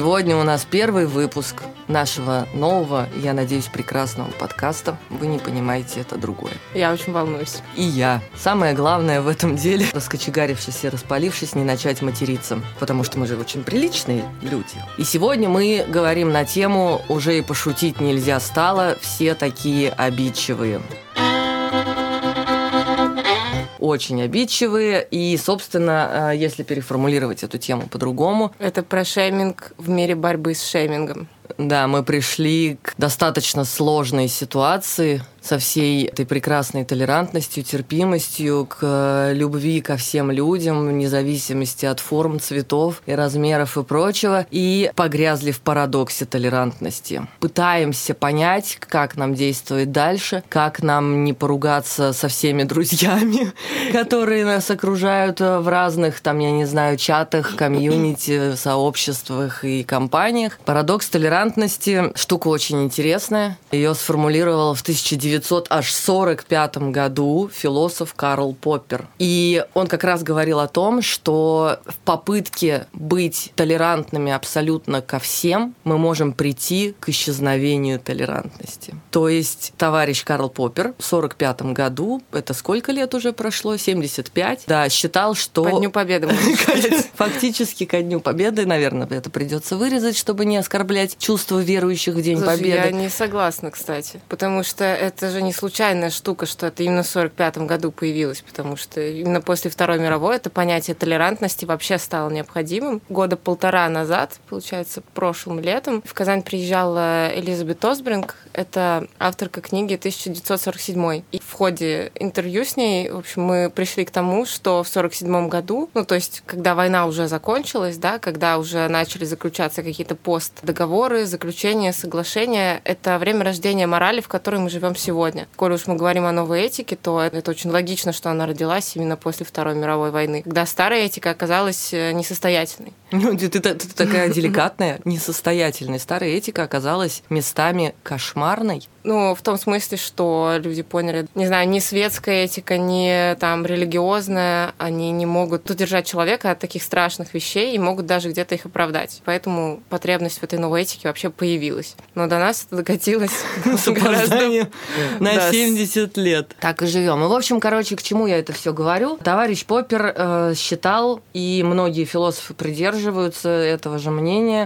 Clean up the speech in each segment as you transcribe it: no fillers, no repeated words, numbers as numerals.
Сегодня у нас первый выпуск нашего нового, я надеюсь, прекрасного подкаста. Вы не понимаете, это другое. Я очень волнуюсь. И я. Самое главное в этом деле, раскочегарившись и распалившись, не начать материться. Потому что мы же очень приличные люди. И сегодня мы говорим на тему «Уже и пошутить нельзя стало, все такие обидчивые». Очень обидчивые. И, собственно, если переформулировать эту тему по-другому... Это про шейминг в мире борьбы с шеймингом. Да, мы пришли к достаточно сложной ситуации со всей этой прекрасной толерантностью, терпимостью, к любви ко всем людям, вне зависимости от форм, цветов и размеров и прочего, и погрязли в парадоксе толерантности. Пытаемся понять, как нам действовать дальше, как нам не поругаться со всеми друзьями, которые нас окружают в разных, там, я не знаю, чатах, комьюнити, сообществах и компаниях. Парадокс толерантности – штука очень интересная. Ее сформулировал в 1945 году философ Карл Поппер. И он как раз говорил о том, что в попытке быть толерантными абсолютно ко всем мы можем прийти к исчезновению толерантности. То есть товарищ Карл Поппер в 1945 году, это сколько лет уже прошло? 75? Да, считал, что... По Дню Победы, можно сказать. Фактически ко Дню Победы, наверное, это придется вырезать, чтобы не оскорблять чувства верующих в День Победы. Я не согласна, кстати, потому что это же не случайная штука, что это именно в 1945 году появилось, потому что именно после Второй мировой это понятие толерантности вообще стало необходимым. Года полтора назад, получается, прошлым летом, в Казань приезжала Элизабет Осбринг, это авторка книги 1947. И в ходе интервью с ней, в общем, мы пришли к тому, что в 1947 году, ну, то есть, когда война уже закончилась, да, когда уже начали заключаться какие-то постдоговоры, заключения, соглашения, это время рождения морали, в которой мы живем сегодня. Коль уж мы говорим о новой этике, то это очень логично, что она родилась именно после Второй мировой войны, когда старая этика оказалась несостоятельной. Ну, ты такая деликатная, несостоятельная. Старая этика оказалась местами кошмарной. Ну, в том смысле, что люди поняли, не знаю, ни светская этика, ни там религиозная, они не могут удержать человека от таких страшных вещей и могут даже где-то их оправдать. Поэтому потребность в этой новой этике вообще появилась. Но до нас это докатилось с опозданием на 70 лет. Так и живем. И, в общем, короче, к чему я это все говорю? Товарищ Поппер считал, и многие философы придерживаются этого же мнения,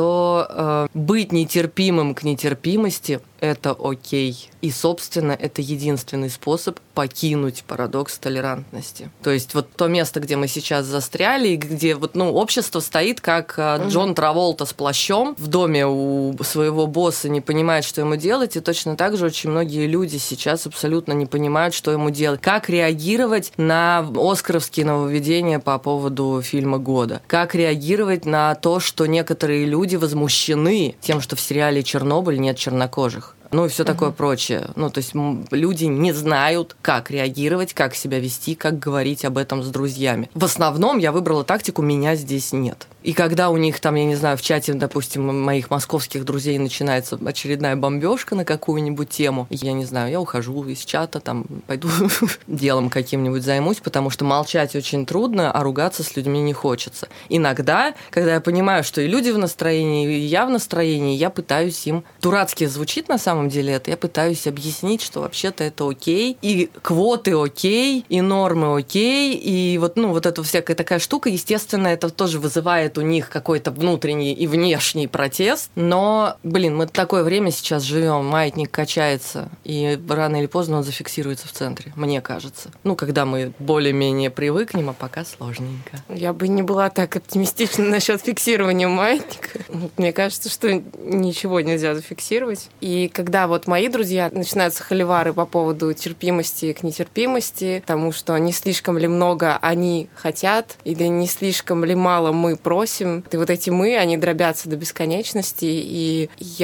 что быть нетерпимым к нетерпимости – это окей. И, собственно, это единственный способ покинуть парадокс толерантности. То есть вот то место, где мы сейчас застряли, где вот, общество стоит, как Джон Траволта с плащом в доме у своего босса, не понимает, что ему делать, и точно так же очень многие люди сейчас абсолютно не понимают, что ему делать. Как реагировать на оскаровские нововведения по поводу фильма года? Как реагировать на то, что некоторые люди возмущены тем, что в сериале «Чернобыль» нет чернокожих? Ну и все такое прочее. Ну, то есть люди не знают, как реагировать, как себя вести, как говорить об этом с друзьями. В основном я выбрала тактику «меня здесь нет». И когда у них там, я не знаю, в чате, допустим, моих московских друзей начинается очередная бомбежка на какую-нибудь тему, я не знаю, я ухожу из чата, там, пойду делом каким-нибудь займусь, потому что молчать очень трудно, а ругаться с людьми не хочется. Иногда, когда я понимаю, что и люди в настроении, и я в настроении, я пытаюсь им... Дурацки звучит на самом деле это, я пытаюсь объяснить, что вообще-то это окей, и квоты окей, и нормы окей, и вот эта всякая такая штука, естественно, это тоже вызывает у них какой-то внутренний и внешний протест, но, мы такое время сейчас живем, маятник качается, и рано или поздно он зафиксируется в центре, мне кажется. Когда мы более-менее привыкнем, а пока сложненько. Я бы не была так оптимистична насчет фиксирования маятника. Мне кажется, что ничего нельзя зафиксировать. И когда вот мои друзья начинаются холивары по поводу терпимости к нетерпимости, тому, что не слишком ли много они хотят, или не слишком ли мало мы просим, и вот эти «мы», они дробятся до бесконечности, и я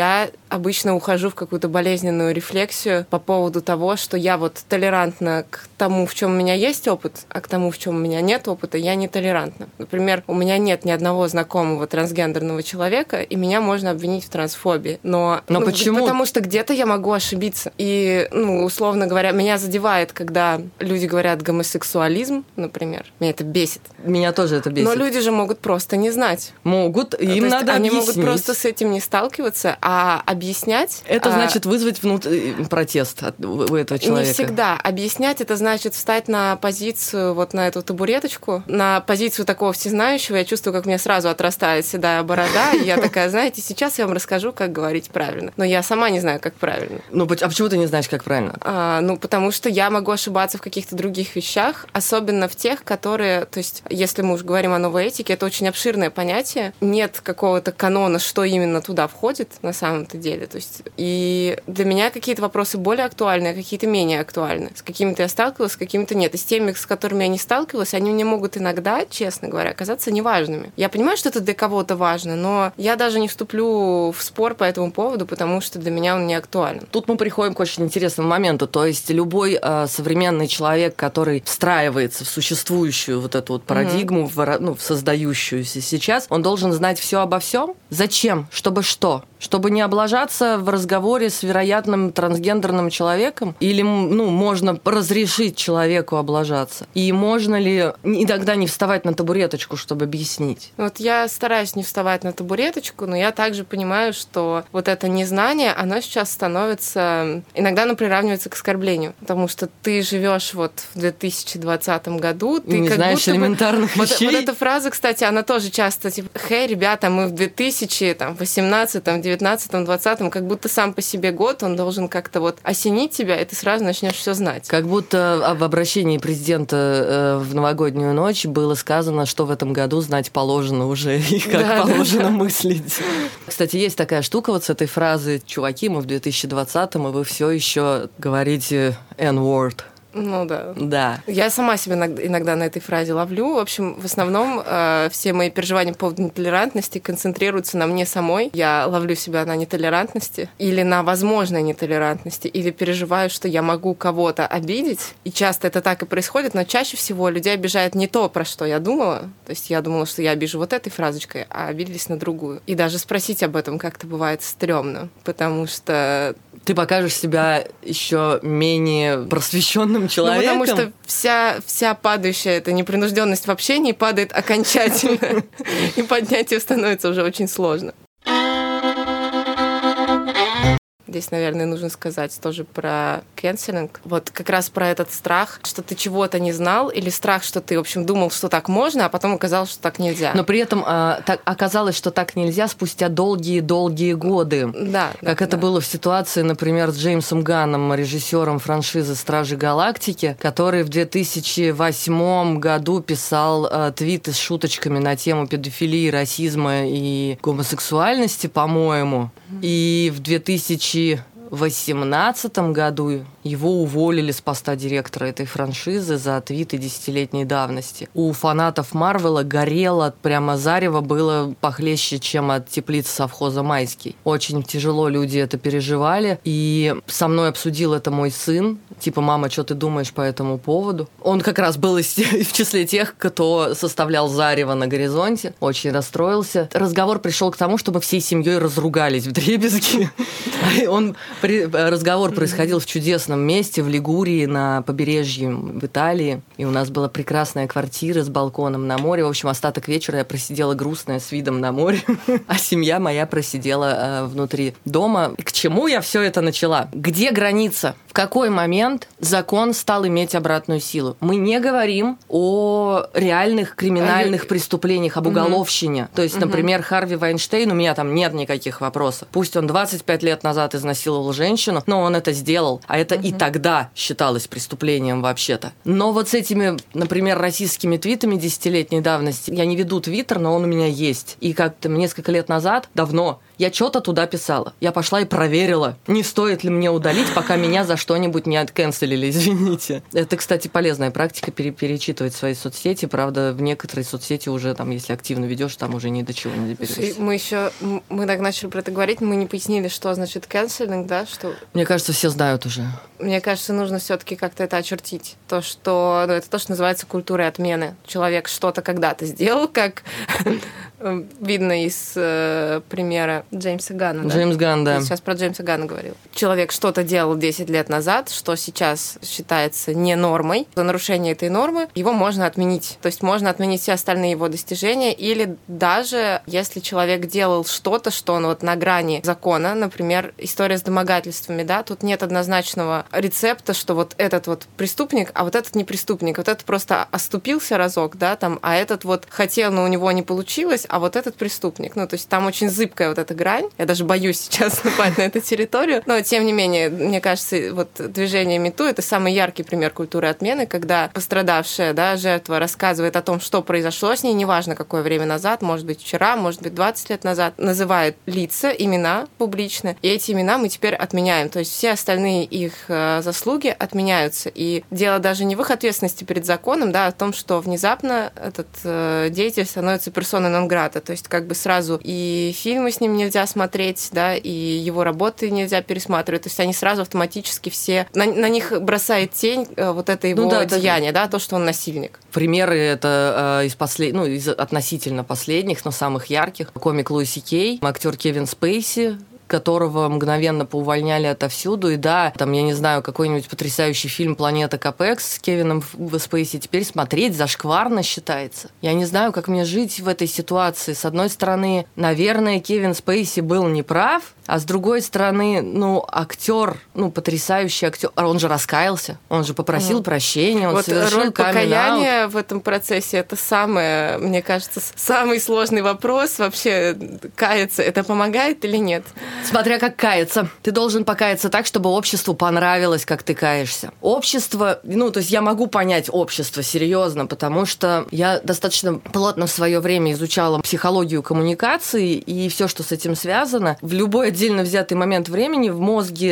обычно ухожу в какую-то болезненную рефлексию по поводу того, что я вот толерантна к тому, в чем у меня есть опыт, а к тому, в чем у меня нет опыта, я не толерантна. Например, у меня нет ни одного знакомого трансгендерного человека, и меня можно обвинить в трансфобии. Но почему? Потому что где-то я могу ошибиться. И, условно говоря, меня задевает, когда люди говорят гомосексуализм, например. Меня это бесит. Меня тоже это бесит. Но люди же могут просто не знать. Могут, им надо они объяснить. Могут просто с этим не сталкиваться, а объяснять... Это значит вызвать протест у этого человека. Не всегда. Объяснять — это значит встать на позицию, вот на эту табуреточку, на позицию такого всезнающего. Я чувствую, как мне сразу отрастает седая борода, и я такая, знаете, сейчас я вам расскажу, как говорить правильно. Но я сама не знаю, как правильно. А почему ты не знаешь, как правильно? Потому что я могу ошибаться в каких-то других вещах, особенно в тех, которые... То есть, если мы уж говорим о новой этике, это очень обширное понятие. Нет какого-то канона, что именно туда входит на самом-то деле. То есть, и для меня какие-то вопросы более актуальны, а какие-то менее актуальны. С какими-то я сталкивалась, с какими-то нет. И с теми, с которыми я не сталкивалась, они мне могут иногда, честно говоря, оказаться неважными. Я понимаю, что это для кого-то важно, но я даже не вступлю в спор по этому поводу, потому что для меня он не актуален. Тут мы приходим к очень интересному моменту. То есть любой современный человек, который встраивается в существующую вот эту вот парадигму, в создающуюся сейчас, он должен знать все обо всем. Зачем? Чтобы что? Чтобы не облажаться в разговоре с вероятным трансгендерным человеком? Или, можно разрешить человеку облажаться? И можно ли иногда не вставать на табуреточку, чтобы объяснить? Вот я стараюсь не вставать на табуреточку, но я также понимаю, что вот это незнание, оно сейчас становится... Иногда оно приравнивается к оскорблению, потому что ты живешь вот в 2020 году, ты не как знаешь будто элементарных вещей. Вот эта фраза, кстати, она тоже часто типа: «Хей, ребята, мы в 2018, 19, 20, как будто сам по себе год, он должен как-то вот осенить тебя, и ты сразу начнешь все знать». Как будто в обращении президента в новогоднюю ночь было сказано, что в этом году знать положено уже и как положено мыслить. Кстати, есть такая штука вот с этой фразы: «Чуваки, мы в 2020-м, и вы все еще говорите N-word». Ну да. Да. Я сама себя иногда на этой фразе ловлю. В общем, в основном все мои переживания по поводу нетолерантности концентрируются на мне самой. Я ловлю себя на нетолерантности или на возможной нетолерантности, или переживаю, что я могу кого-то обидеть. И часто это так и происходит, но чаще всего людей обижает не то, про что я думала. То есть я думала, что я обижу вот этой фразочкой, а обиделись на другую. И даже спросить об этом как-то бывает стрёмно, потому что... Ты покажешь себя еще менее просвещенным человеком. Потому что вся падающая эта непринужденность в общении падает окончательно, и поднять ее становится уже очень сложно. Здесь, наверное, нужно сказать тоже про кэнселинг. Вот как раз про этот страх, что ты чего-то не знал, или страх, что ты, в общем, думал, что так можно, а потом оказалось, что так нельзя. Но при этом оказалось, что так нельзя спустя долгие-долгие годы. Да. Как это было в ситуации, например, с Джеймсом Ганном, режиссером франшизы «Стражи Галактики», который в 2008 году писал твиты с шуточками на тему педофилии, расизма и гомосексуальности, по-моему. И в 2018 году его уволили с поста директора этой франшизы за твиты 10-летней давности. У фанатов Марвела горело, прямо зарево было похлеще, чем от теплицы совхоза «Майский». Очень тяжело люди это переживали. И со мной обсудил это мой сын. Типа: «Мама, что ты думаешь по этому поводу?» Он как раз был в числе тех, кто составлял зарево на горизонте. Очень расстроился. Разговор пришел к тому, что мы всей семьей разругались вдребезги. Разговор происходил в чудесном месте, в Лигурии, на побережье в Италии. И у нас была прекрасная квартира с балконом на море. В общем, остаток вечера я просидела грустная с видом на море, а семья моя просидела внутри дома. К чему я все это начала? Где граница? В какой момент закон стал иметь обратную силу? Мы не говорим о реальных криминальных преступлениях, об уголовщине. То есть, например, Харви Вайнштейн, у меня там нет никаких вопросов. Пусть он 25 лет назад изнасиловал женщину, но он это сделал. А это и тогда считалось преступлением вообще-то. Но вот с этими, например, российскими твитами 10-летней давности, я не веду твиттер, но он у меня есть. И как-то несколько лет назад, давно, Я что-то туда писала. Я пошла и проверила, не стоит ли мне удалить, пока меня за что-нибудь не отканцелили, извините. Это, кстати, полезная практика перечитывать свои соцсети. Правда, в некоторые соцсети уже, там, если активно ведешь, там уже ни до чего не доберешься. Мы так начали про это говорить, мы не пояснили, что значит canceling, да? Что... Мне кажется, все знают уже. Мне кажется, нужно все-таки как-то это очертить. Это то, что называется культурой отмены. Человек что-то когда-то сделал, как видно из примера Джеймса Ганна. Джеймс Ганн, да. Я сейчас про Джеймса Ганна говорил. Человек что-то делал 10 лет назад, что сейчас считается не нормой. За нарушение этой нормы его можно отменить. То есть можно отменить все остальные его достижения, или даже если человек делал что-то, что он вот на грани закона, например, история с домогательствами, да, тут нет однозначного рецепта, что вот этот вот преступник, а вот этот не преступник. Вот этот просто оступился разок, да, там, а этот вот хотел, но у него не получилось, а вот этот преступник. Ну, то есть там очень зыбкая вот эта грань. Я даже боюсь сейчас ступать на эту территорию. Но, тем не менее, мне кажется, вот движение МeToo — это самый яркий пример культуры отмены, когда пострадавшая, да, жертва рассказывает о том, что произошло с ней, неважно, какое время назад, может быть, вчера, может быть, 20 лет назад, называет лица, имена публично, и эти имена мы теперь отменяем. То есть все остальные их заслуги отменяются. И дело даже не в их ответственности перед законом, да, а в том, что внезапно этот деятель становится персоной нон-грата. То есть как бы сразу и фильмы с ним нельзя смотреть, да, и его работы нельзя пересматривать. То есть они сразу автоматически все... На них бросает тень вот это его деяние, да, то, что он насильник. Примеры это из относительно последних, но самых ярких. Комик Луи Си Кей, актер Кевин Спейси, которого мгновенно поувольняли отовсюду. И да, там, я не знаю, какой-нибудь потрясающий фильм «Планета Капекс» с Кевином Спейси теперь смотреть зашкварно считается. Я не знаю, как мне жить в этой ситуации. С одной стороны, наверное, Кевин Спейси был неправ, а с другой стороны, актер, потрясающий актер, он же раскаялся, он же попросил прощения, он совершил роль покаяния в этом процессе — это самое, мне кажется, самый сложный вопрос. Вообще, каяться — это помогает или нет? Смотря как каяться. Ты должен покаяться так, чтобы обществу понравилось, как ты каешься. Общество, то есть я могу понять общество серьезно, потому что я достаточно плотно в свое время изучала психологию коммуникации и все, что с этим связано. В любой отдельно взятый момент времени в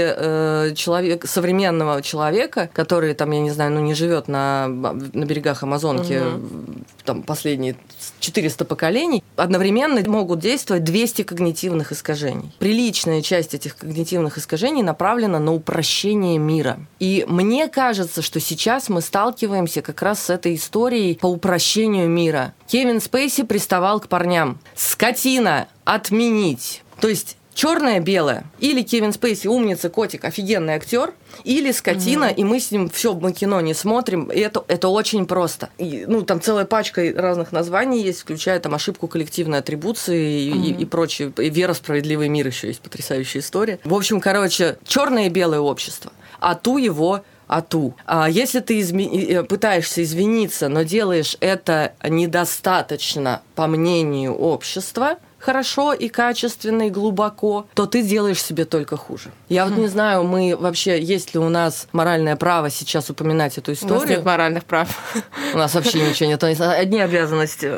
мозге современного человека, который, там, я не знаю, не живет на берегах Амазонки, там, последние 400 поколений, одновременно могут действовать 200 когнитивных искажений. Приличная часть этих когнитивных искажений направлена на упрощение мира. И мне кажется, что сейчас мы сталкиваемся как раз с этой историей по упрощению мира. Кевин Спейси приставал к парням. Скотина! Отменить! То есть черное-белое. Или Кевин Спейси умница, котик, офигенный актер, или скотина, и мы с ним мы кино не смотрим. И это очень просто. И, там целая пачка разных названий есть, включая там ошибку коллективной атрибуции и прочее. И «Вера в справедливый мир» еще есть потрясающая история. В общем, черное и белое общество. Ату его ату. А если ты пытаешься извиниться, но делаешь это недостаточно, по мнению общества, хорошо и качественно, и глубоко, то ты делаешь себе только хуже. Я не знаю, есть ли у нас моральное право сейчас упоминать эту историю. У нас нет моральных прав. У нас вообще ничего нет. Одни обязанности.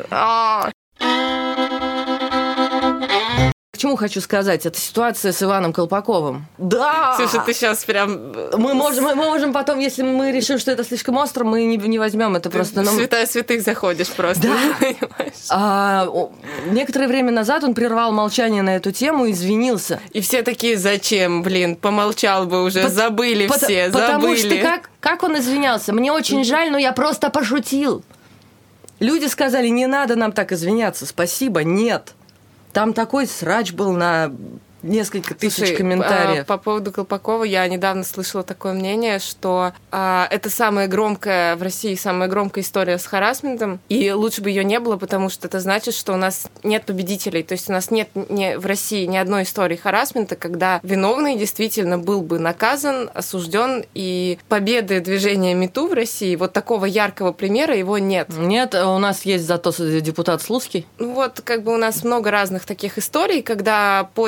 К чему хочу сказать? Это ситуация с Иваном Колпаковым. Да! Слушай, ты сейчас прям... Мы можем потом, если мы решим, что это слишком остро, мы не возьмем это просто. Святая святых заходишь просто. Да. Некоторое время назад он прервал молчание на эту тему и извинился. И все такие: зачем, помолчал бы уже, забыли все, потому что как он извинялся? Мне очень жаль, но я просто пошутил. Люди сказали: не надо нам так извиняться, спасибо, нет. Там такой срач был на несколько тысяч комментариев. По поводу Колпакова я недавно слышала такое мнение, что это самая громкая в России, самая громкая история с харассментом, и лучше бы ее не было, потому что это значит, что у нас нет победителей. То есть у нас нет в России ни одной истории харассмента, когда виновный действительно был бы наказан, осужден, и победы движения МeToo в России, вот такого яркого примера, его нет. Нет, у нас есть зато депутат Слуцкий. У нас много разных таких историй, когда подняли шум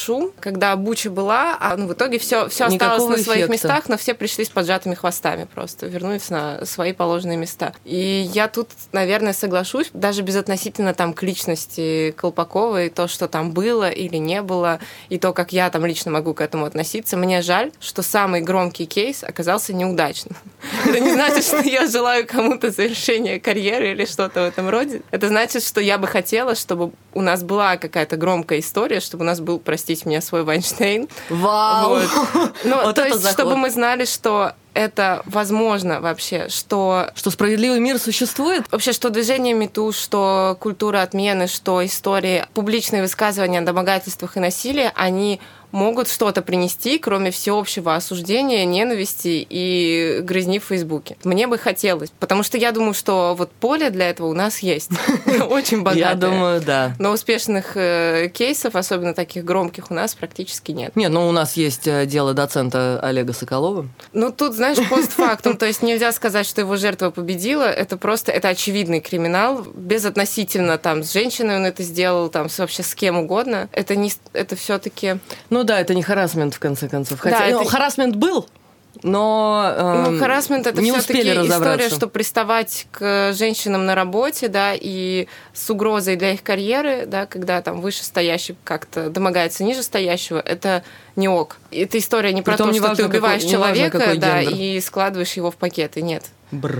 шум, когда Буча была, а в итоге все осталось на своих местах, но все пришли с поджатыми хвостами просто, вернулись на свои положенные места. И я тут, наверное, соглашусь, даже безотносительно там к личности Колпаковой, то, что там было или не было, и то, как я там лично могу к этому относиться, мне жаль, что самый громкий кейс оказался неудачным. Это не значит, что я желаю кому-то завершения карьеры или что-то в этом роде. Это значит, что я бы хотела, чтобы у нас была какая-то громкая история, чтобы у нас был, простите меня, свой Вайнштейн. Вау! Вот. Ну, то есть, чтобы мы знали, что это возможно вообще, что справедливый мир существует? Вообще, что движение МeToo, что культура отмены, что истории, публичные высказывания о домогательствах и насилии, они могут что-то принести, кроме всеобщего осуждения, ненависти и грызни в Фейсбуке. Мне бы хотелось, потому что я думаю, что вот поле для этого у нас есть. Очень богатое. Я думаю, да. Но успешных кейсов, особенно таких громких, у нас практически нет. Нет, у нас есть дело доцента Олега Соколова. Тут, знаешь, постфактум, то есть нельзя сказать, что его жертва победила, это просто, это очевидный криминал, безотносительно там с женщиной он это сделал, там вообще с кем угодно. Это все-таки... Да, это не харассмент, в конце концов. Хотя, харассмент был, но харассмент это не все-таки успели разобраться. История, что приставать к женщинам на работе, да, и с угрозой для их карьеры, да, когда там вышестоящий как-то домогается нижестоящего, это не ок. Это история не про то, что ты убиваешь человека, да, и складываешь его в пакеты. Нет. Бррр.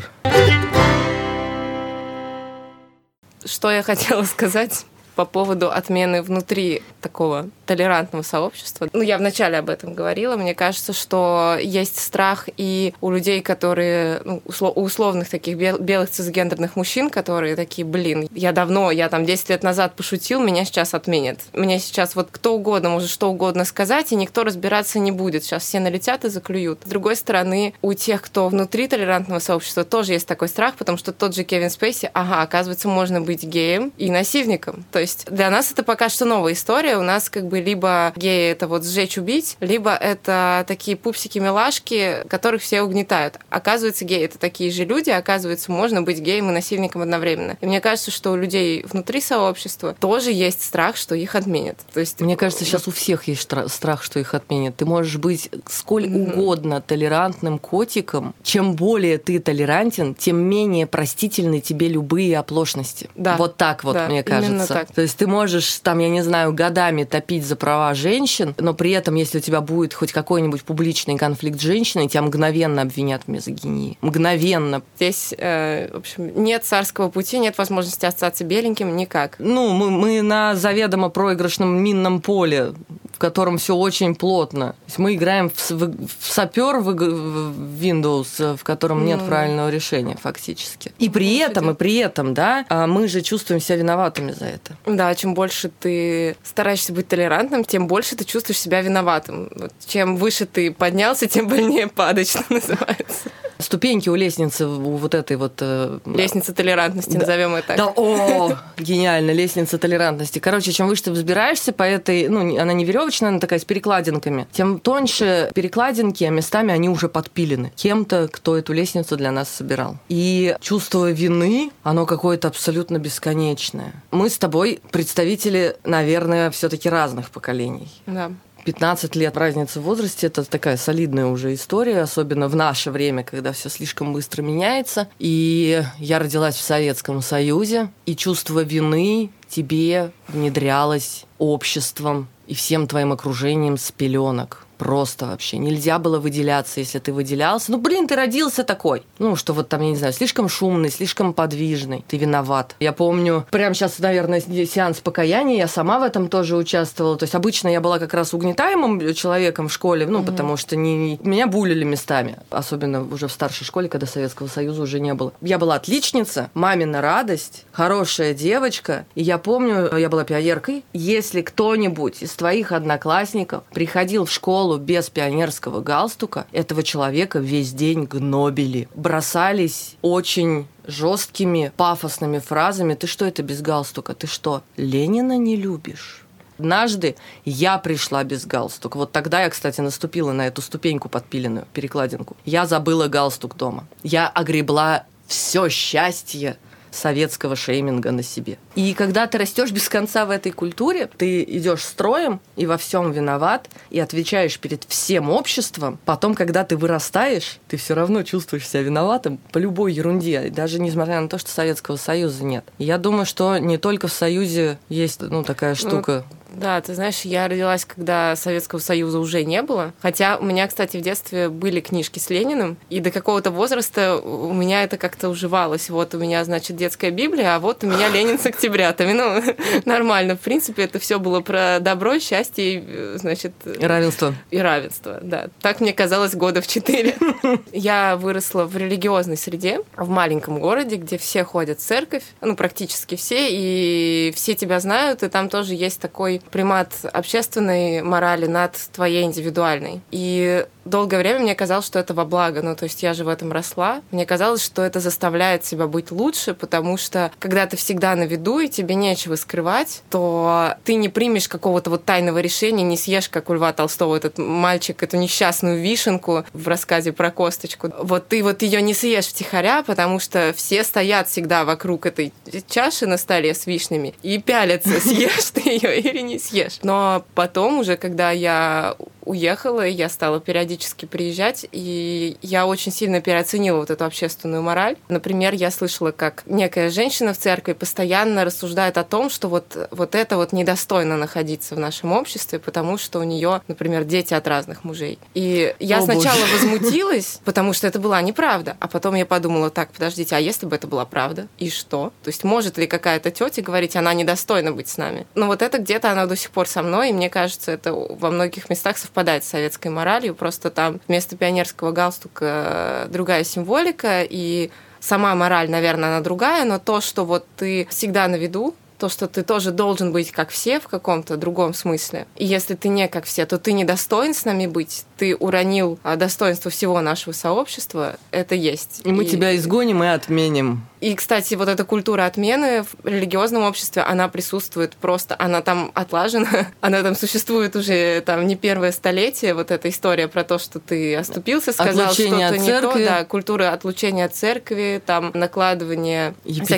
Что я хотела сказать по поводу отмены внутри такого толерантного сообщества. Я вначале об этом говорила. Мне кажется, что есть страх и у людей, которые, у условных таких белых цисгендерных мужчин, которые такие, я там 10 лет назад пошутил, меня сейчас отменят. Меня сейчас кто угодно может что угодно сказать, и никто разбираться не будет. Сейчас все налетят и заклюют. С другой стороны, у тех, кто внутри толерантного сообщества, тоже есть такой страх, потому что тот же Кевин Спейси, оказывается, можно быть геем и насильником. То есть для нас это пока что новая история. У нас либо геи — это сжечь, убить, либо это такие пупсики-милашки, которых все угнетают. Оказывается, геи — это такие же люди, оказывается, можно быть геем и насильником одновременно. И мне кажется, что у людей внутри сообщества тоже есть страх, что их отменят. То есть, мне кажется, сейчас у всех есть страх, что их отменят. Ты можешь быть сколь угодно толерантным котиком. Чем более ты толерантен, тем менее простительны тебе любые оплошности. Да. Вот так да, мне кажется. Так. То есть ты можешь, годами топить за права женщин, но при этом, если у тебя будет хоть какой-нибудь публичный конфликт с женщиной, тебя мгновенно обвинят в мизогинии. Мгновенно. Здесь, в общем, нет царского пути, нет возможности остаться беленьким никак. Мы на заведомо проигрышном минном поле, в котором все очень плотно. То есть мы играем в сапер в Windows, в котором нет правильного решения фактически. И при этом, да, мы же чувствуем себя виноватыми за это. Да, чем больше ты стараешься быть толерантным, тем больше ты чувствуешь себя виноватым. Чем выше ты поднялся, тем больнее падать, что называется. Ступеньки у лестницы, у этой лестница толерантности, назовем это так. Да, гениально, лестница толерантности. Короче, чем выше ты взбираешься по этой, она не веревочная, она такая с перекладинками, тем тоньше перекладинки, а местами они уже подпилены кем-то, кто эту лестницу для нас собирал. И чувство вины, оно какое-то абсолютно бесконечное. Мы с тобой представители, наверное, все-таки разных поколений. Да. 15 лет разницы в возрасте – это такая солидная уже история, особенно в наше время, когда все слишком быстро меняется. И я родилась в Советском Союзе, и чувство вины тебе внедрялось обществом и всем твоим окружением с пеленок. Просто вообще. Нельзя было выделяться, если ты выделялся. Ты родился такой. Что я не знаю, слишком шумный, слишком подвижный. Ты виноват. Я помню, прямо сейчас, наверное, сеанс покаяния, я сама в этом тоже участвовала. То есть обычно я была как раз угнетаемым человеком в школе, потому что меня булили местами. Особенно уже в старшей школе, когда Советского Союза уже не было. Я была отличница, мамина радость, хорошая девочка. И я помню, я была пионеркой. Если кто-нибудь из твоих одноклассников приходил в школу без пионерского галстука, этого человека весь день гнобили. Бросались очень жесткими, пафосными фразами. Ты что это без галстука? Ты что, Ленина не любишь? Однажды я пришла без галстука. Вот тогда я, кстати, наступила на эту ступеньку подпиленную, перекладинку. Я забыла галстук дома. Я огребла все счастье советского шейминга на себе. И когда ты растешь без конца в этой культуре, ты идешь строем и во всем виноват, и отвечаешь перед всем обществом. Потом, когда ты вырастаешь, ты все равно чувствуешь себя виноватым по любой ерунде, даже несмотря на то, что Советского Союза нет. Я думаю, что не только в Союзе есть такая штука. Да, ты знаешь, я родилась, когда Советского Союза уже не было. Хотя у меня, кстати, в детстве были книжки с Лениным, и до какого-то возраста у меня это как-то уживалось. Вот у меня, значит, детская Библия, а вот у меня Ленин с октябрятами. Нормально. В принципе, это все было про добро, счастье и, значит... И равенство. И равенство, да. Так мне казалось года в 4. Я выросла в религиозной среде, в маленьком городе, где все ходят в церковь, практически все, и все тебя знают, и там тоже есть такой примат общественной морали над твоей индивидуальной. И долгое время мне казалось, что это во благо. То есть я же в этом росла. Мне казалось, что это заставляет себя быть лучше, потому что когда ты всегда на виду и тебе нечего скрывать, то ты не примешь какого-то тайного решения, не съешь, как у Льва Толстого этот мальчик, эту несчастную вишенку в рассказе про косточку. Ты ее не съешь втихаря, потому что все стоят всегда вокруг этой чаши на столе с вишнями и пялятся, съешь ты ее или не съешь. Но потом уже, когда я уехала, и я стала периодически приезжать, и я очень сильно переоценила эту общественную мораль. Например, я слышала, как некая женщина в церкви постоянно рассуждает о том, что вот это недостойно находиться в нашем обществе, потому что у нее, например, дети от разных мужей. И я сначала возмутилась, потому что это была неправда, а потом я подумала, так, подождите, а если бы это была правда? И что? То есть может ли какая-то тетя говорить, она недостойна быть с нами? Это где-то она до сих пор со мной, и мне кажется, это во многих местах совпадает с советской моралью, просто там вместо пионерского галстука другая символика, и сама мораль, наверное, она другая, но то, что ты всегда на виду, то, что ты тоже должен быть как все в каком-то другом смысле. И если ты не как все, то ты не достоин с нами быть, ты уронил достоинство всего нашего сообщества, это есть. И мы тебя изгоним и отменим. И, кстати, эта культура отмены в религиозном обществе, она присутствует просто, она там отлажена, она там существует уже не первое столетие, эта история про то, что ты оступился, сказал что-то не то, да, культура отлучения от церкви, там накладывание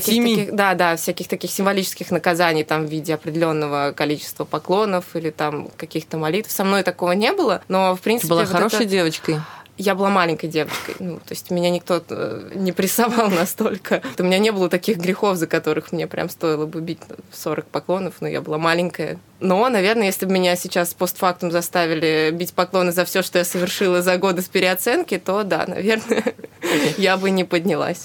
всяких таких символических наказаний там в виде определенного количества поклонов или там каких-то молитв. Со мной такого не было, но в принципе... Ты была хорошей девочкой? Я была маленькой девочкой. То есть меня никто не прессовал настолько. У меня не было таких грехов, за которых мне прям стоило бы бить 40 поклонов, но я была маленькая. Но, наверное, если бы меня сейчас постфактум заставили бить поклоны за все, что я совершила за годы с переоценки, то да, наверное, я бы не поднялась.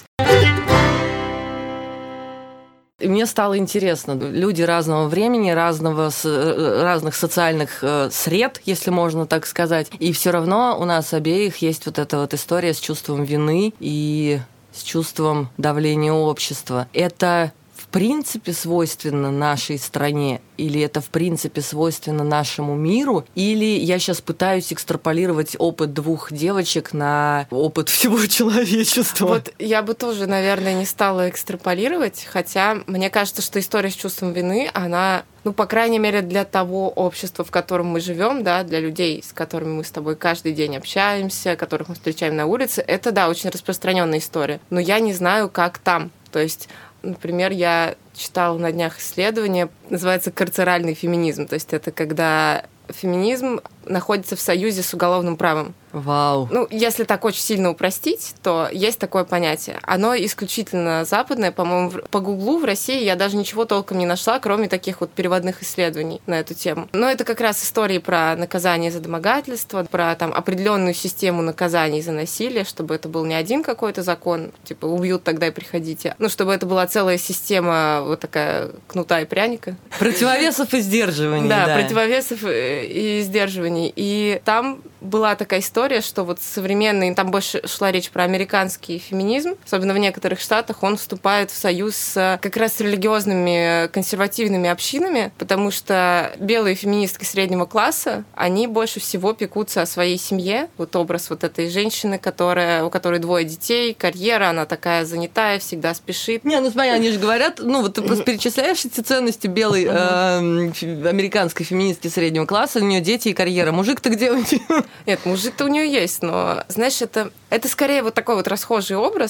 Мне стало интересно. Люди разного времени, разных социальных сред, если можно так сказать. И все равно у нас обеих есть эта история с чувством вины и с чувством давления общества. Это в принципе свойственно нашей стране? Или это в принципе свойственно нашему миру? Или я сейчас пытаюсь экстраполировать опыт двух девочек на опыт всего человечества? Я бы тоже, наверное, не стала экстраполировать, хотя мне кажется, что история с чувством вины, она, по крайней мере, для того общества, в котором мы живем, да, для людей, с которыми мы с тобой каждый день общаемся, которых мы встречаем на улице, это, да, очень распространенная история. Но я не знаю, как там. То есть, например, я читала на днях исследование, называется «карцеральный феминизм». То есть это когда феминизм находится в союзе с уголовным правом. Вау. Если так очень сильно упростить, то есть такое понятие. Оно исключительно западное, по-моему, по Гуглу в России я даже ничего толком не нашла, кроме таких переводных исследований на эту тему. Но это как раз истории про наказание за домогательство, про определенную систему наказаний за насилие, чтобы это был не один какой-то закон, типа убьют, тогда и приходите. Чтобы это была целая система такая кнута и пряника. Противовесов и сдерживаний. Да, противовесов и сдерживаний. И там была такая история, что современный, там больше шла речь про американский феминизм, особенно в некоторых штатах, он вступает в союз с как раз религиозными консервативными общинами, потому что белые феминистки среднего класса, они больше всего пекутся о своей семье. Образ этой женщины, у которой 2 детей, карьера, она такая занятая, всегда спешит. Смотри, они же говорят, ты просто перечисляешь эти ценности белой американской феминистки среднего класса, у нее дети и карьера. Мужик-то где у нее? Нет, мужик-то у нее есть, но, знаешь, это скорее такой расхожий образ,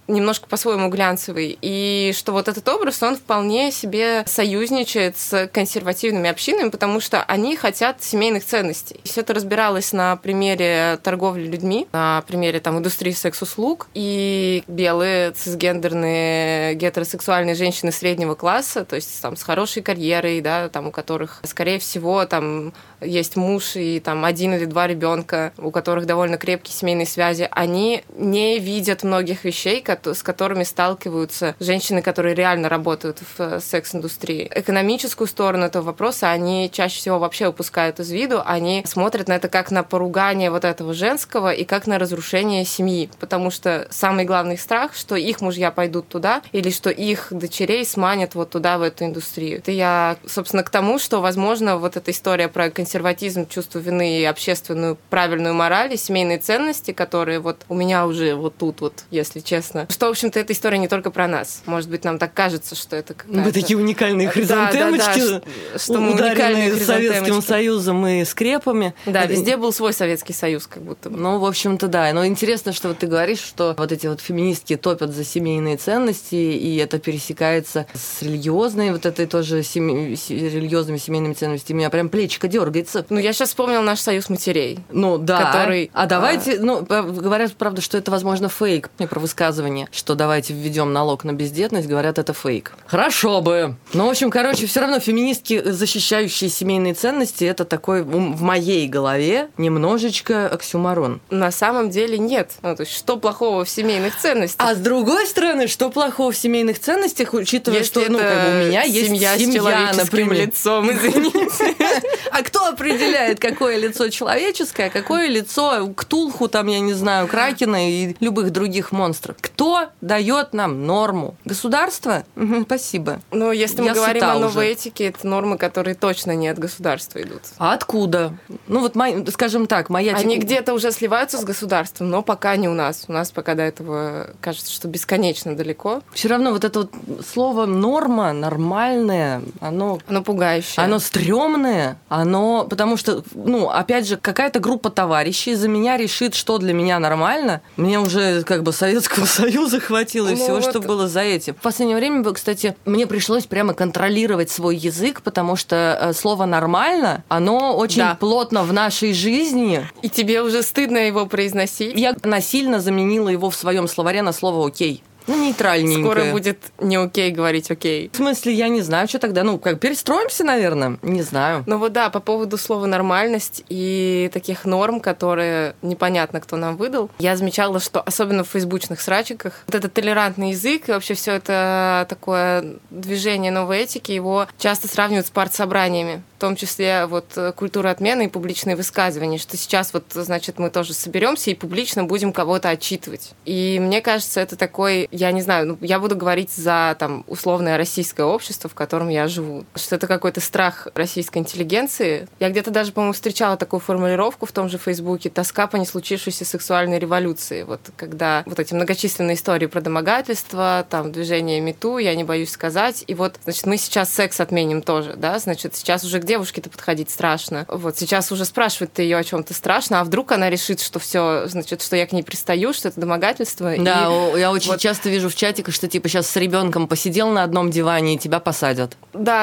немножко по-своему глянцевый, и что вот этот образ, он вполне себе союзничает с консервативными общинами, потому что они хотят семейных ценностей. Все это разбиралось на примере торговли людьми, на примере там индустрии секс-услуг, и белые цисгендерные гетеросексуальные женщины среднего класса, то есть там с хорошей карьерой, да, там у которых, скорее всего, там есть муж и там 1 или 2 ребенка, у которых довольно крепкие семейные связи, они не видят многих вещей, с которыми сталкиваются женщины, которые реально работают в секс-индустрии. Экономическую сторону этого вопроса они чаще всего вообще упускают из виду, они смотрят на это как на поругание вот этого женского и как на разрушение семьи, потому что самый главный страх, что их мужья пойдут туда или что их дочерей сманят вот туда, в эту индустрию. Это я, собственно, к тому, что, возможно, вот эта история про консерватизм, чувство вины и общественную правильную мораль и семейные ценности, которые вот у меня уже вот тут вот, если честно. Что, в общем-то, эта история не только про нас. Может быть, нам так кажется, что это какая-то... Мы такие уникальные хризантемочки, что мы ударенные Советским Союзом и скрепами. Да, везде был свой Советский Союз, как будто бы. Ну, в общем-то, да. Но интересно, что вот ты говоришь, что вот эти вот феминистки топят за семейные ценности, и это пересекается с религиозной, вот этой тоже религиозными семейными ценностями. У меня прям плечико дергается. Ну, я сейчас вспомнила наш союз матерей. Ну, да. Который... А давайте, ну, говорят, правда, что это, возможно, фейк. Не про высказывание, что давайте введем налог на бездетность, говорят, это фейк. Хорошо бы. Ну, в общем, короче, все равно феминистки, защищающие семейные ценности, это такой в моей голове немножечко оксюморон. На самом деле нет. Ну, то есть, что плохого в семейных ценностях? А с другой стороны, что плохого в семейных ценностях, учитывая, что ну, как бы у меня есть семья с человеческим например. лицом, извините. А кто определяет, какое лицо человеческое, а какое лицо Ктулху, там, я не знаю, Кракена и любых других монстров? Кто дает нам норму? Государство? Спасибо. Ну, если мы говорим о новой этике, это нормы, которые точно не от государства идут. А откуда? Ну, вот, скажем так, моя... Они где-то уже сливаются с государством, но пока не у нас. У нас пока до этого кажется, что бесконечно далеко. Все равно вот это вот слово «норма», «нормальное», оно пугающее. Оно стрёмное, потому что, ну, опять же, какая-то группа товарищей за меня решит, что для меня нормально. Мне уже как бы Советского Союза хватило и всего, что было за этим. В последнее время, кстати, мне пришлось прямо контролировать свой язык, потому что слово «нормально», оно очень плотно в нашей жизни. И тебе уже стыдно его произносить? Я насильно заменила его в своем словаре на слово «окей». Ну, нейтральненько. Скоро будет не окей говорить окей. В смысле, я не знаю, что тогда. Ну, как перестроимся, наверное? Не знаю. Ну вот да, по поводу слова «нормальность» и таких норм, которые непонятно, кто нам выдал, я замечала, что особенно в фейсбучных срачиках вот этот толерантный язык и вообще все это такое движение новой этики, его часто сравнивают с партсобраниями. В том числе вот культура отмены и публичные высказывания, что сейчас вот, значит, мы тоже соберемся и публично будем кого-то отчитывать. И мне кажется, это такой, я не знаю, я буду говорить за там условное российское общество, в котором я живу, что это какой-то страх российской интеллигенции. Я где-то даже, по-моему, встречала такую формулировку в том же Фейсбуке: тоска по неслучившейся сексуальной революции. Вот когда вот эти многочисленные истории про домогательство, там движение МИТУ, я не боюсь сказать, и вот, значит, мы сейчас секс отменим тоже, да, значит, сейчас уже к девушке-то подходить страшно. Вот сейчас уже спрашивают ты ее о чем-то страшно, а вдруг она решит, что все, значит, что я к ней пристаю, что это домогательство. Да, я очень часто вижу в чатиках, что типа сейчас с ребенком посидел на одном диване и тебя посадят. Да.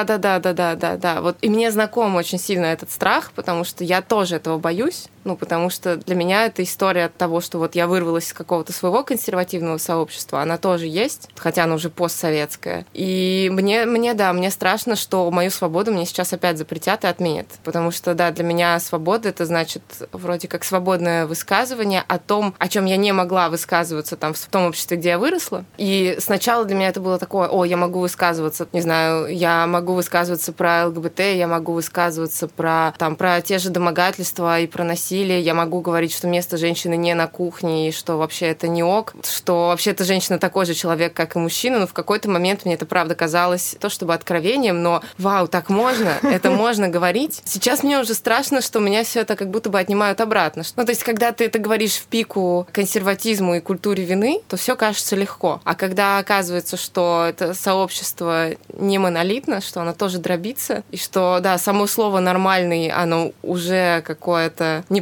Вот и мне знаком очень сильно этот страх, потому что я тоже этого боюсь. Ну, потому что для меня эта история от того, что вот я вырвалась из какого-то своего консервативного сообщества, она тоже есть, хотя она уже постсоветская. И мне страшно, что мою свободу мне сейчас опять запретят и отменят. Потому что, да, для меня свобода — это значит вроде как свободное высказывание о том, о чем я не могла высказываться там в том обществе, где я выросла. И сначала для меня это было такое: я могу высказываться, не знаю, я могу высказываться про ЛГБТ, я могу высказываться про те же домогательства и про насилие, я могу говорить, что место женщины не на кухне, и что вообще это не ок, что вообще эта женщина такой же человек, как и мужчина, но в какой-то момент мне это правда казалось то чтобы откровением, но вау, так можно, это можно говорить. Сейчас мне уже страшно, что меня все это как будто бы отнимают обратно. Ну, то есть, когда ты это говоришь в пику консерватизму и культуре вины, то все кажется легко. А когда оказывается, что это сообщество не монолитно, что оно тоже дробится, и что, да, само слово «нормальный», оно уже какое-то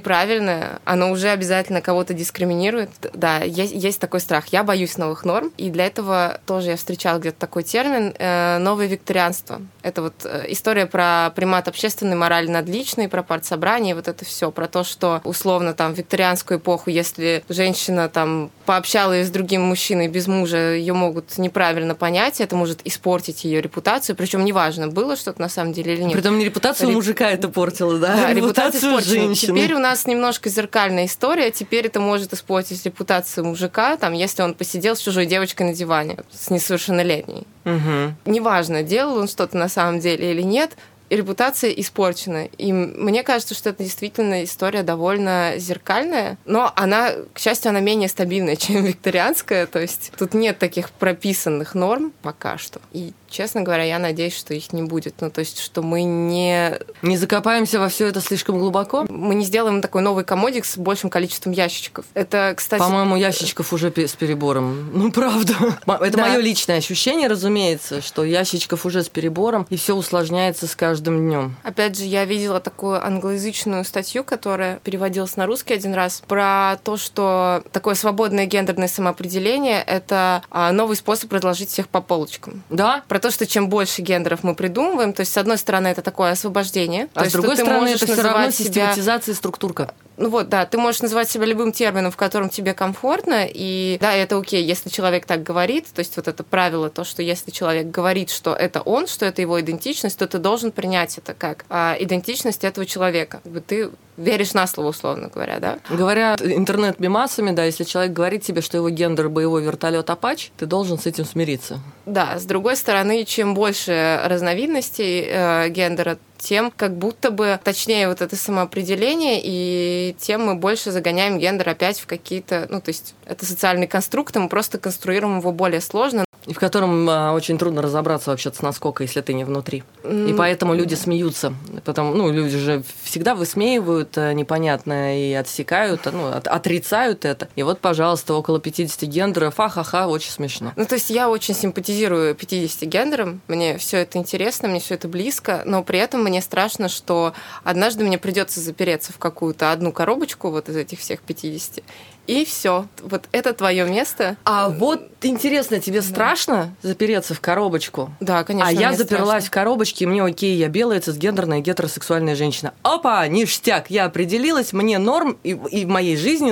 неправильное, оно уже обязательно кого-то дискриминирует. Да, есть такой страх. Я боюсь новых норм, и для этого тоже я встречала где-то такой термин «новое викторианство». Это вот история про примат общественной морали над личной, про партсобрание, вот это все, про то, что условно там в викторианскую эпоху, если женщина там пообщалась с другим мужчиной без мужа, ее могут неправильно понять, это может испортить ее репутацию, причем неважно, было что-то на самом деле или нет. Притом не репутацию мужика это портило, да? Да, репутацию женщины. Теперь у нас немножко зеркальная история, теперь это может испортить репутацию мужика, там, если он посидел с чужой девочкой на диване, с несовершеннолетней. Угу. Неважно, делал он что-то на самом деле или нет, репутация испорчена. И мне кажется, что это действительно история довольно зеркальная, но она, к счастью, она менее стабильная, чем викторианская, то есть тут нет таких прописанных норм пока что. И, честно говоря, я надеюсь, что их не будет. Ну, то есть, что мы не закопаемся во все это слишком глубоко? Мы не сделаем такой новый комодик с большим количеством ящичков. Это, кстати... По-моему, ящичков уже с перебором. Ну, правда. Это мое личное ощущение, разумеется, что ящичков уже с перебором, и все усложняется с каждым днем. Опять же, я видела такую англоязычную статью, которая переводилась на русский один раз, про то, что такое свободное гендерное самоопределение — это новый способ разложить всех по полочкам. Да? Про то, что чем больше гендеров мы придумываем, то есть, с одной стороны, это такое освобождение. А с другой стороны, это все равно систематизация и структурка. Ну вот, да, ты можешь называть себя любым термином, в котором тебе комфортно, и да, это окей, если человек так говорит, то есть вот это правило, то, что если человек говорит, что это он, что это его идентичность, то ты должен принять это как идентичность этого человека. Ты веришь на слово, условно говоря, да? Говоря интернет-мемасами, да, если человек говорит тебе, что его гендер боевой вертолет Апач, ты должен с этим смириться. Да, с другой стороны, чем больше разновидностей гендера, тем как будто бы точнее вот это самоопределение, и тем мы больше загоняем гендер опять в какие-то... Ну, то есть это социальный конструкт, и мы просто конструируем его более сложно. И в котором очень трудно разобраться вообще-то с насколько, если ты не внутри. И поэтому люди смеются. Люди же всегда высмеивают непонятное и отсекают, отрицают это. И вот, пожалуйста, около 50 гендеров, ха-ха-ха, очень смешно. Ну, то есть я очень симпатизирую 50 гендерам, мне все это интересно, мне все это близко, но при этом мне страшно, что однажды мне придется запереться в какую-то одну коробочку вот из этих всех 50, и все. Вот это твое место. А вот интересно, тебе страшно запереться в коробочку? Да, конечно. А я заперлась в коробочке, и мне окей, я белая, цисгендерная, гетеросексуальная женщина. Опа, ништяк, я определилась, мне норм, и в моей жизни,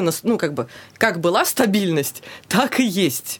как была стабильность, так и есть.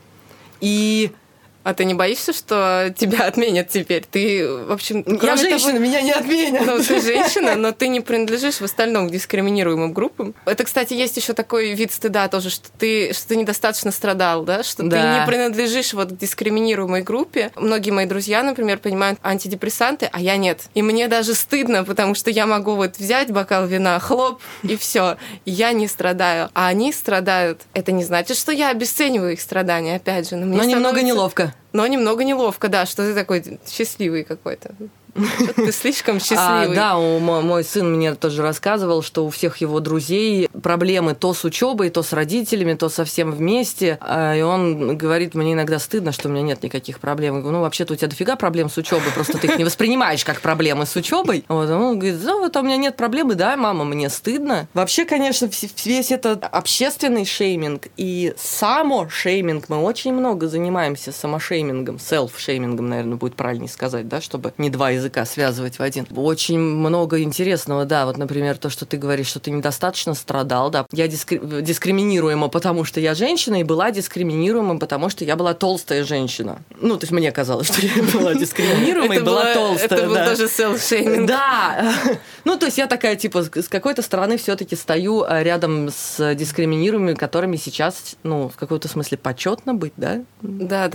И... А ты не боишься, что тебя отменят теперь? Ты, в общем... Я женщина, меня не отменят. Ну, ты женщина, но ты не принадлежишь в остальном к дискриминируемым группам. Это, кстати, есть еще такой вид стыда тоже, что ты недостаточно страдал, да? Что ты не принадлежишь вот к дискриминируемой группе. Многие мои друзья, например, принимают антидепрессанты, а я нет. И мне даже стыдно, потому что я могу вот взять бокал вина, хлоп, и все. Я не страдаю. А они страдают. Это не значит, что я обесцениваю их страдания, опять же. Но немного неловко. Но немного неловко, да, что ты такой счастливый какой-то. Ты слишком счастливый. Да, мой сын мне тоже рассказывал, что у всех его друзей проблемы то с учебой, то с родителями, то совсем вместе. И он говорит, мне иногда стыдно, что у меня нет никаких проблем. Я говорю, вообще-то у тебя дофига проблем с учебой, просто ты их не воспринимаешь как проблемы с учебой. Вот, он говорит, вот у меня нет проблемы, да, мама, мне стыдно. Вообще, конечно, весь этот общественный шейминг и само-шейминг, мы очень много занимаемся самошеймингом, селф-шеймингом, наверное, будет правильнее сказать, да, чтобы не два языка связывать в один. Очень много интересного, да, вот, например, то, что ты говоришь, что ты недостаточно страдал, да. Я дискриминируема, потому что я женщина, и была дискриминируема, потому что я была толстая женщина. Ну, то есть мне казалось, что я была дискриминируема и была толстая. Это был тоже селф-шейминг. Да. Ну, то есть я такая, типа, с какой-то стороны все-таки стою рядом с дискриминируемыми, которыми сейчас, в каком-то смысле почетно быть, да? Да.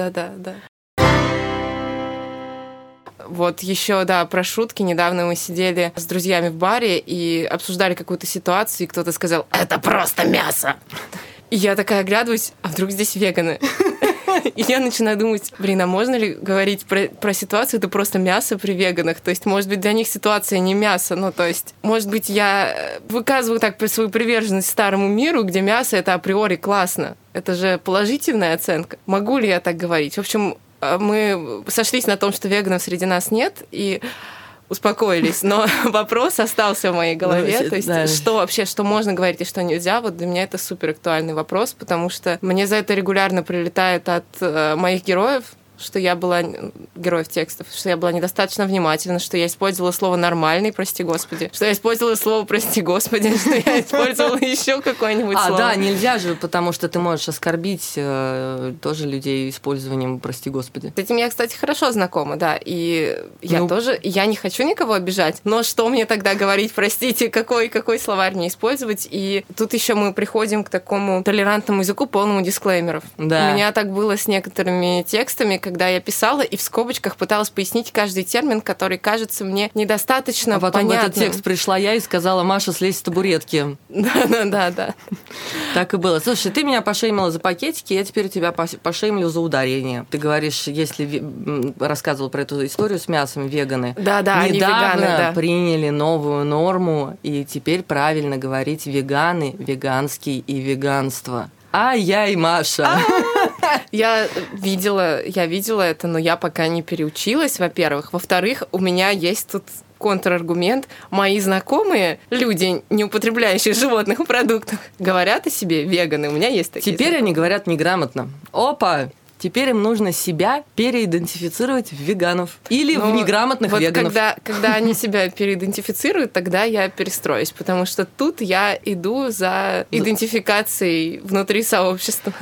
Вот еще, да, про шутки. Недавно мы сидели с друзьями в баре и обсуждали какую-то ситуацию, и кто-то сказал: «Это просто мясо!» И я такая оглядываюсь, а вдруг здесь веганы? И я начинаю думать, а можно ли говорить про ситуацию, это просто мясо при веганах? То есть, может быть, для них ситуация не мясо, то есть, может быть, я выказываю так свою приверженность старому миру, где мясо — это априори классно. Это же положительная оценка. Могу ли я так говорить? В общем, мы сошлись на том, что веганов среди нас нет, и успокоились, но вопрос остался в моей голове. То есть, что вообще, что можно говорить и что нельзя, вот для меня это супер актуальный вопрос, потому что мне за это регулярно прилетает от моих героев, что я была, героев текстов, что я была недостаточно внимательна, что я использовала слово «нормальный», прости господи, что я использовала слово «прости господи», что я использовала еще какое-нибудь слово. Да, нельзя же, потому что ты можешь оскорбить тоже людей использованием «прости господи». С этим я, кстати, хорошо знакома, да, и я тоже, я не хочу никого обижать, но что мне тогда говорить, простите, какой словарь мне использовать, и тут еще мы приходим к такому толерантному языку, полному дисклеймеров. Да. У меня так было с некоторыми текстами, когда я писала и в скобочках пыталась пояснить каждый термин, который кажется мне недостаточно понятным. А потом в этот текст пришла я и сказала: Маша, слезь с табуретки. Да. Так и было. Слушай, ты меня пошеймила за пакетики, я теперь тебя пошеймлю за ударение. Ты говоришь, если рассказывал про эту историю с мясом, веганы. Да, они веганы, да. Приняли новую норму, и теперь правильно говорить веганы, веганский и веганство. Ай-яй, Маша. Я видела это, но я пока не переучилась, во-первых. Во-вторых, у меня есть тут контраргумент. Мои знакомые, люди, не употребляющие животных в продуктах, говорят о себе веганы. У меня есть такие. Теперь они говорят неграмотно. Опа! Теперь им нужно себя переидентифицировать в веганов или в неграмотных веганов. Когда они себя переидентифицируют, тогда я перестроюсь, потому что тут я иду за идентификацией внутри сообщества.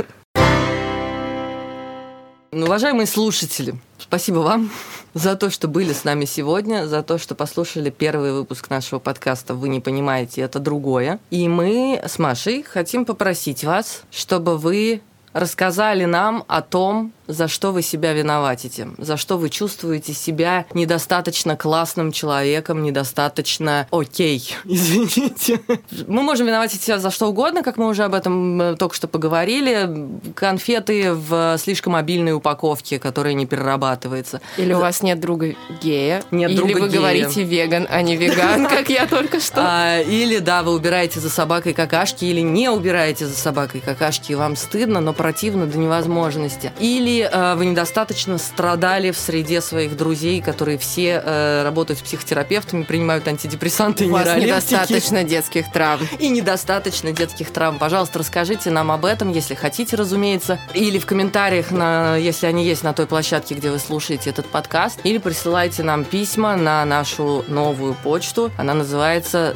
Уважаемые слушатели, спасибо вам за то, что были с нами сегодня, за то, что послушали первый выпуск нашего подкаста «Вы не понимаете, это другое». И мы с Машей хотим попросить вас, чтобы вы рассказали нам о том, за что вы себя виноватите, за что вы чувствуете себя недостаточно классным человеком, недостаточно окей, извините. Мы можем виноватить себя за что угодно, как мы уже об этом только что поговорили. Конфеты в слишком обильной упаковке, которая не перерабатывается. Или у вас нет друга гея. Нет друга гея. Или вы говорите веган, а не веган, как я только что. Или, да, вы убираете за собакой какашки, или не убираете за собакой какашки, и вам стыдно, но противно до невозможности. Или вы недостаточно страдали в среде своих друзей, которые все работают с психотерапевтами, принимают антидепрессанты и нейролептики. У вас недостаточно детских травм. И недостаточно детских травм. Пожалуйста, расскажите нам об этом, если хотите, разумеется. Или в комментариях, если они есть на той площадке, где вы слушаете этот подкаст. Или присылайте нам письма на нашу новую почту. Она называется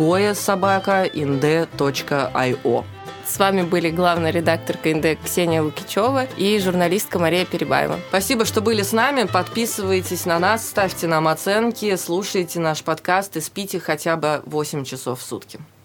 другое@ind.io. С вами были главная редакторка ИНД Ксения Лукичева и журналистка Мария Перебаева. Спасибо, что были с нами. Подписывайтесь на нас, ставьте нам оценки, слушайте наш подкаст и спите хотя бы 8 часов в сутки.